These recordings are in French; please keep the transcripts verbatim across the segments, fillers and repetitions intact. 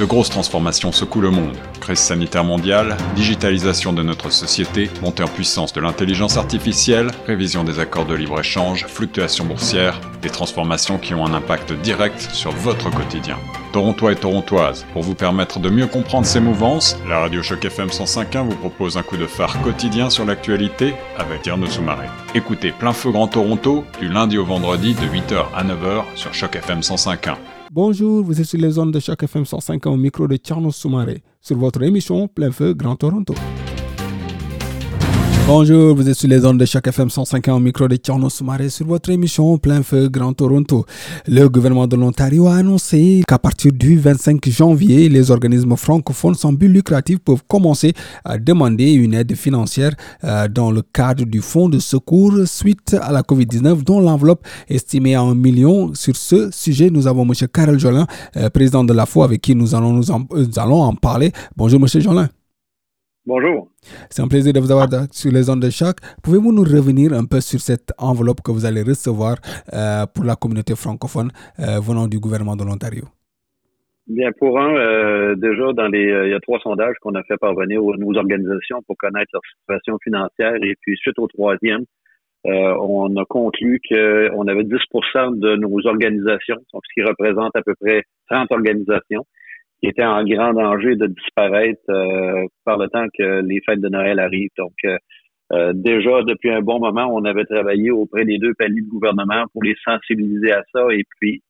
De grosses transformations secouent le monde. Crise sanitaire mondiale, digitalisation de notre société, montée en puissance de l'intelligence artificielle, révision des accords de libre-échange, fluctuations boursières, des transformations qui ont un impact direct sur votre quotidien. Torontois et Torontoises, pour vous permettre de mieux comprendre ces mouvances, la radio Choc F M cent cinq point un vous propose un coup de phare quotidien sur l'actualité avec Tierno Soumaré. Écoutez Plein Feu Grand Toronto du lundi au vendredi de huit heures à neuf heures sur Choc F M cent cinq point un. Bonjour, vous êtes sur les ondes de Choc F M cent cinq point un au micro de Tierno Soumaré sur votre émission Plein Feu Grand Toronto. Bonjour, vous êtes sur les ondes de Choc F M cent cinq point un au micro de Tierno Soumaré sur votre émission Plein Feu Grand Toronto. Le gouvernement de l'Ontario a annoncé qu'à partir du vingt-cinq janvier, les organismes francophones sans but lucratif peuvent commencer à demander une aide financière euh, dans le cadre du fonds de secours suite à la covid dix-neuf, dont l'enveloppe est estimée à un million. Sur ce sujet, nous avons M. Karel Jolin, euh, président de l'A F O, avec qui nous allons, nous, en, nous allons en parler. Bonjour M. Jolin. Bonjour. C'est un plaisir de vous avoir sur les ondes de Choc. Pouvez-vous nous revenir un peu sur cette enveloppe que vous allez recevoir euh, pour la communauté francophone euh, venant du gouvernement de l'Ontario? Bien, pour un, euh, déjà, dans les, euh, il y a trois sondages qu'on a fait parvenir aux, nos organisations pour connaître leur situation financière. Et puis, suite au troisième, euh, on a conclu qu'on avait dix pour cent de nos organisations, donc ce qui représente à peu près trente organisations, qui était en grand danger de disparaître euh, par le temps que les fêtes de Noël arrivent. Donc, euh, euh, déjà, depuis un bon moment, on avait travaillé auprès des deux paliers de gouvernement pour les sensibiliser à ça et puis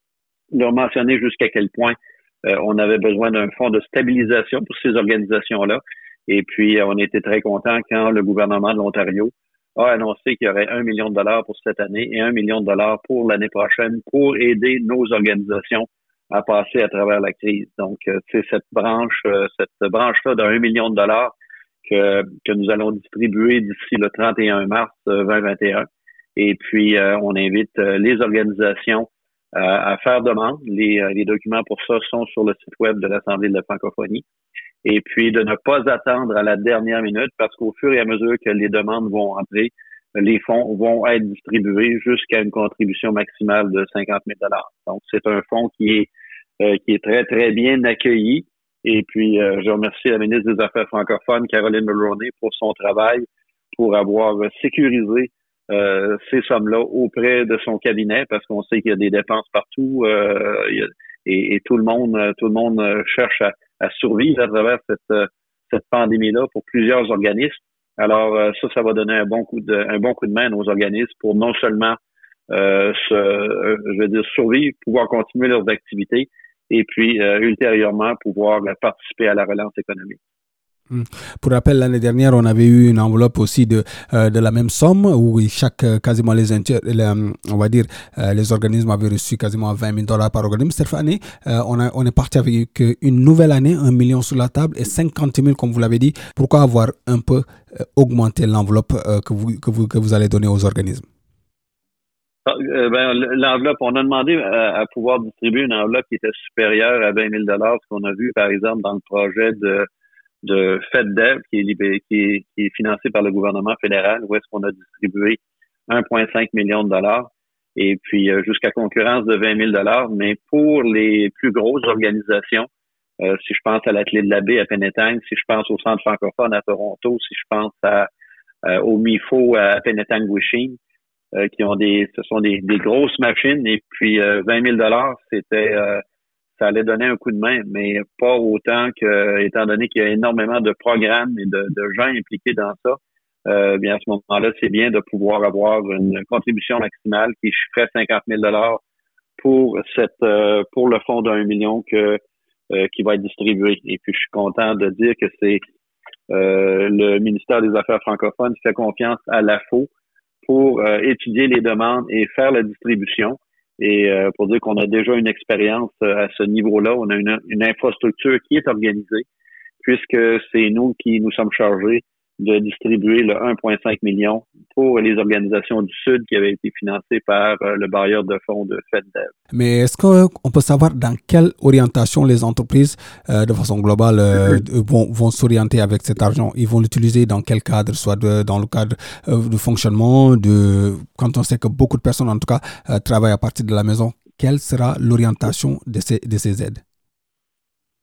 leur mentionner jusqu'à quel point euh, on avait besoin d'un fonds de stabilisation pour ces organisations-là. Et puis, euh, on était très contents quand le gouvernement de l'Ontario a annoncé qu'il y aurait un million de dollars pour cette année et un million de dollars pour l'année prochaine pour aider nos organisations à passer à travers la crise. Donc, euh, c'est cette branche, euh, cette branche-là d'un million de dollars que, que nous allons distribuer d'ici le trente et un mars euh, vingt vingt et un. Et puis, euh, on invite euh, les organisations euh, à faire demande. Les, euh, les documents pour ça sont sur le site web de l'Assemblée de la francophonie. Et puis, de ne pas attendre à la dernière minute parce qu'au fur et à mesure que les demandes vont entrer, les fonds vont être distribués jusqu'à une contribution maximale de cinquante mille dollars. Donc, c'est un fonds qui est euh, qui est très, très bien accueilli. Et puis, euh, je remercie la ministre des Affaires francophones, Caroline Mulroney, pour son travail, pour avoir sécurisé euh, ces sommes-là auprès de son cabinet, parce qu'on sait qu'il y a des dépenses partout euh, il y a, et, et tout le monde tout le monde cherche à, à survivre à travers cette, cette pandémie-là pour plusieurs organismes. Alors, ça, ça va donner un bon coup de, un bon coup de main à nos organismes pour non seulement euh, se, euh, je veux dire, survivre, pouvoir continuer leurs activités et puis euh, ultérieurement pouvoir participer à la relance économique. Pour rappel, l'année dernière, on avait eu une enveloppe aussi de euh, de la même somme où chaque quasiment les, inter, les on va dire euh, les organismes avaient reçu quasiment vingt mille dollars par organisme. Cette année, euh, on a on est parti avec une nouvelle année, un million sur la table et cinquante mille comme vous l'avez dit. Pourquoi avoir un peu euh, augmenté l'enveloppe euh, que vous que vous que vous allez donner aux organismes? Euh, ben, l'enveloppe, on a demandé à, à pouvoir distribuer une enveloppe qui était supérieure à vingt mille dollars, ce qu'on a vu par exemple dans le projet de de FedDev qui est, libéré, qui, est, qui est financé par le gouvernement fédéral, où est-ce qu'on a distribué un virgule cinq million de dollars et puis euh, jusqu'à concurrence de vingt mille dollars. Mais pour les plus grosses organisations, euh, si je pense à la Clé de la Baie à Penetang, si je pense au Centre francophone à Toronto, si je pense à, à au M I F O à Penetang-Wishing, euh, qui ont des, ce sont des, des grosses machines et puis euh, vingt mille dollars, c'était euh, ça allait donner un coup de main, mais pas autant que, étant donné qu'il y a énormément de programmes et de, de gens impliqués dans ça, euh, bien à ce moment-là, c'est bien de pouvoir avoir une contribution maximale qui chiffrait cinquante mille dollars pour cette, euh, pour le fonds d'un million que, euh, qui va être distribué. Et puis, je suis content de dire que c'est, euh, le ministère des Affaires francophones qui fait confiance à l'A F O pour euh, étudier les demandes et faire la distribution. Et euh, pour dire qu'on a déjà une expérience euh, à ce niveau-là, on a une, une infrastructure qui est organisée, puisque c'est nous qui nous sommes chargés de distribuer le un virgule cinq million pour les organisations du Sud qui avaient été financées par euh, le bailleur de fonds de FedDev. Mais est-ce qu'on peut savoir dans quelle orientation les entreprises, euh, de façon globale, euh, vont, vont s'orienter avec cet argent? Ils vont l'utiliser dans quel cadre? Soit de, dans le cadre euh, de fonctionnement, de, quand on sait que beaucoup de personnes, en tout cas, euh, travaillent à partir de la maison, quelle sera l'orientation de ces, de ces aides?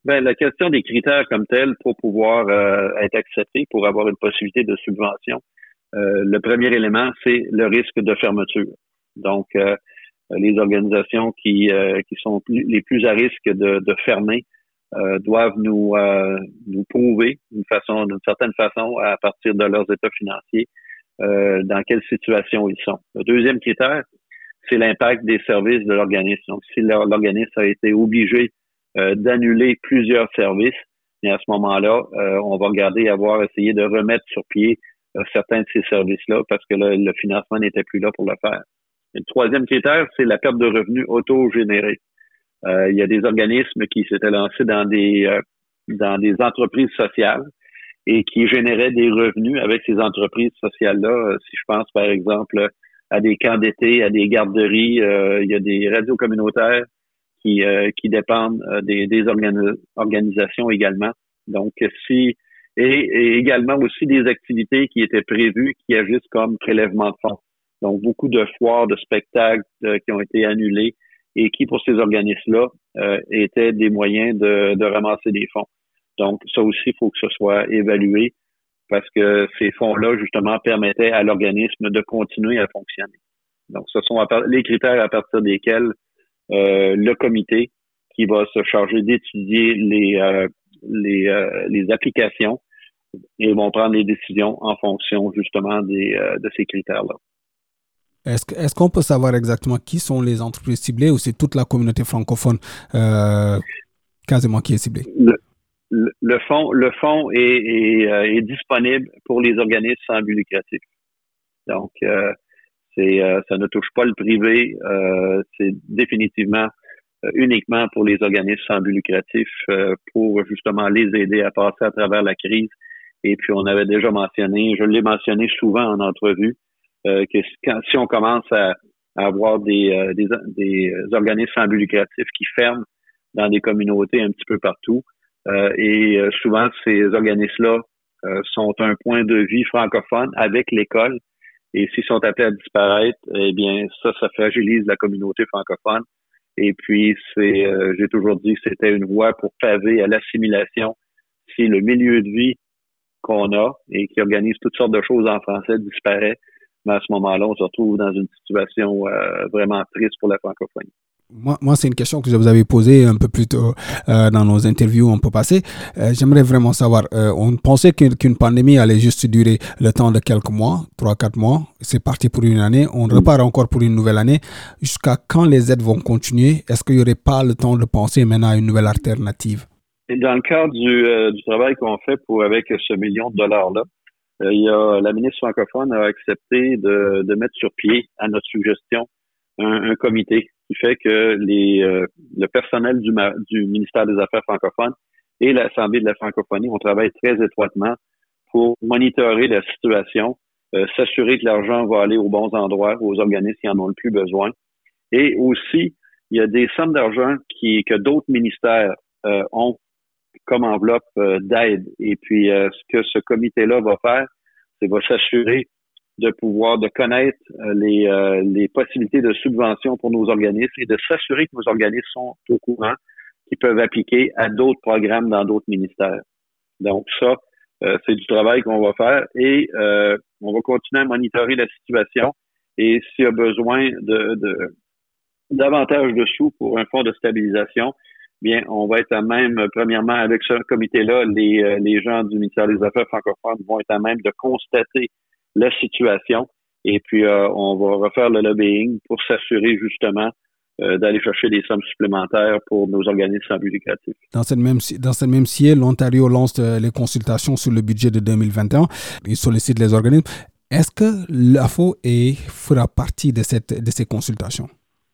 Ben, la question des critères comme tels pour pouvoir euh, être accepté, pour avoir une possibilité de subvention, euh, le premier élément, c'est le risque de fermeture. Donc, euh, les organisations qui, euh, qui sont plus, les plus à risque de, de fermer euh, doivent nous, euh, nous prouver d'une façon, d'une certaine façon, à partir de leurs états financiers, euh, dans quelle situation ils sont. Le deuxième critère, c'est l'impact des services de l'organisme. Donc, si l'organisme a été obligé euh, d'annuler plusieurs services, et à ce moment-là, euh, on va regarder avoir essayé de remettre sur pied euh, certains de ces services-là parce que le, le financement n'était plus là pour le faire. Et le troisième critère, c'est la perte de revenus auto-générée. Euh, il y a des organismes qui s'étaient lancés dans des euh, dans des entreprises sociales et qui généraient des revenus avec ces entreprises sociales-là. Si je pense, par exemple, à des camps d'été, à des garderies, euh, il y a des radios communautaires qui euh, qui dépendent euh, des, des organi- organisations également. Donc, si et, et également aussi des activités qui étaient prévues qui agissent comme prélèvement de fonds. Donc, beaucoup de foires, de spectacles euh, qui ont été annulés et qui, pour ces organismes-là, euh, étaient des moyens de, de ramasser des fonds. Donc, ça aussi, il faut que ce soit évalué parce que ces fonds-là, justement, permettaient à l'organisme de continuer à fonctionner. Donc, ce sont les critères à partir desquels euh, le comité qui va se charger d'étudier les, euh, les, euh, les applications et vont prendre les décisions en fonction, justement, des, euh, de ces critères-là. Est-ce, que, est-ce qu'on peut savoir exactement qui sont les entreprises ciblées ou c'est toute la communauté francophone euh, quasiment qui est ciblée? Le, le, le fonds, le fonds est, est, euh, est disponible pour les organismes sans but lucratif. Donc, euh, c'est, euh, ça ne touche pas le privé. Euh, c'est définitivement euh, uniquement pour les organismes sans but lucratif euh, pour justement les aider à passer à travers la crise. Et puis, on avait déjà mentionné, je l'ai mentionné souvent en entrevue, euh, que quand, si on commence à, à avoir des, euh, des, des organismes sans but lucratif qui ferment dans des communautés un petit peu partout, euh, et euh, souvent, ces organismes-là euh, sont un point de vie francophone avec l'école. Et s'ils sont appelés à disparaître, eh bien, ça, ça fragilise la communauté francophone. Et puis, c'est, euh, j'ai toujours dit que c'était une voie pour paver à l'assimilation. Si le milieu de vie qu'on a et qui organise toutes sortes de choses en français disparaît, mais à ce moment-là, on se retrouve dans une situation euh, vraiment triste pour la francophonie. Moi, moi, c'est une question que je vous avais posée un peu plus tôt euh, dans nos interviews un peu passées. Euh, j'aimerais vraiment savoir, euh, on pensait qu'une, qu'une pandémie allait juste durer le temps de quelques mois, trois, quatre mois. C'est parti pour une année. On repart encore pour une nouvelle année. Jusqu'à quand les aides vont continuer? Est-ce qu'il n'y aurait pas le temps de penser maintenant à une nouvelle alternative? Et dans le cadre du, euh, du travail qu'on fait pour avec ce million de dollars-là, euh, il y a, la ministre francophone a accepté de, de mettre sur pied, à notre suggestion, un, un comité qui fait que les, euh, le personnel du, du ministère des Affaires francophones et l'Assemblée de la francophonie, on travaille très étroitement pour monitorer la situation, euh, s'assurer que l'argent va aller aux bons endroits, aux organismes qui en ont le plus besoin. Et aussi, il y a des sommes d'argent qui, que d'autres ministères euh, ont comme enveloppe euh, d'aide. Et puis, euh, ce que ce comité-là va faire, c'est va s'assurer de pouvoir, de connaître euh, les, euh, les possibilités de subvention pour nos organismes et de s'assurer que nos organismes sont au courant, qu'ils peuvent appliquer à d'autres programmes dans d'autres ministères. Donc, ça, euh, c'est du travail qu'on va faire et euh, on va continuer à monitorer la situation et s'il y a besoin de, de davantage de sous pour un fonds de stabilisation, bien, on va être à même, premièrement, avec ce comité-là, les, les gens du ministère des Affaires francophones vont être à même de constater la situation et puis euh, on va refaire le lobbying pour s'assurer justement euh, d'aller chercher des sommes supplémentaires pour nos organismes sans but lucratif. Dans cette même, dans cette même sciée, l'Ontario lance les consultations sur le budget de deux mille vingt et un. Il sollicite les organismes. Est-ce que l'A F O est, fera partie de, cette, de ces consultations?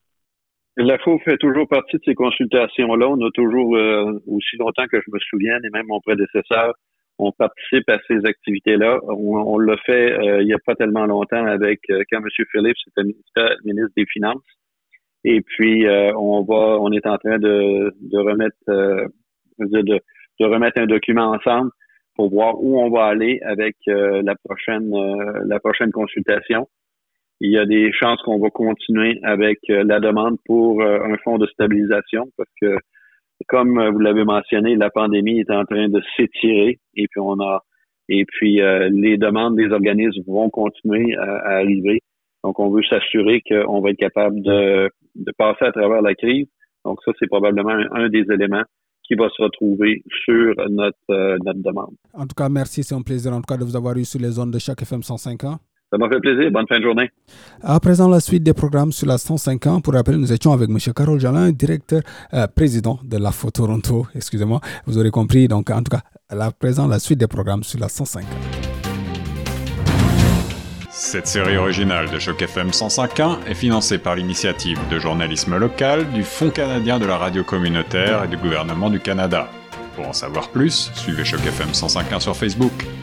L'A F O fait toujours partie de ces consultations-là. On a toujours, euh, aussi longtemps que je me souvienne, et même mon prédécesseur, on participe à ces activités-là. On, on l'a fait euh, il n'y a pas tellement longtemps avec, euh, quand M. Phillips était ministre, ministre des Finances. Et puis, euh, on va, on est en train de, de remettre, euh, de, de, de remettre un document ensemble pour voir où on va aller avec euh, la prochaine, euh, la prochaine consultation. Il y a des chances qu'on va continuer avec euh, la demande pour euh, un fonds de stabilisation parce que comme vous l'avez mentionné, la pandémie est en train de s'étirer et puis on a et puis euh, les demandes des organismes vont continuer à, à arriver. Donc, on veut s'assurer qu'on va être capable de, de passer à travers la crise. Donc, ça, c'est probablement un, un des éléments qui va se retrouver sur notre, euh, notre demande. En tout cas, merci. C'est un plaisir en tout cas de vous avoir eu sur les ondes de Choc F M cent cinq ans. Ça m'a fait plaisir. Bonne fin de journée. À présent, la suite des programmes sur la cent cinq ans. Pour rappel, nous étions avec M. Carole Jalin, directeur, euh, président de l'A F O Toronto. Excusez-moi, vous aurez compris. Donc, en tout cas, à présent, la suite des programmes sur la cent cinq ans. Cette série originale de Choc F M cent cinq point un est financée par l'initiative de journalisme local du Fonds canadien de la radio communautaire et du gouvernement du Canada. Pour en savoir plus, suivez Choc F M cent cinq point un sur Facebook.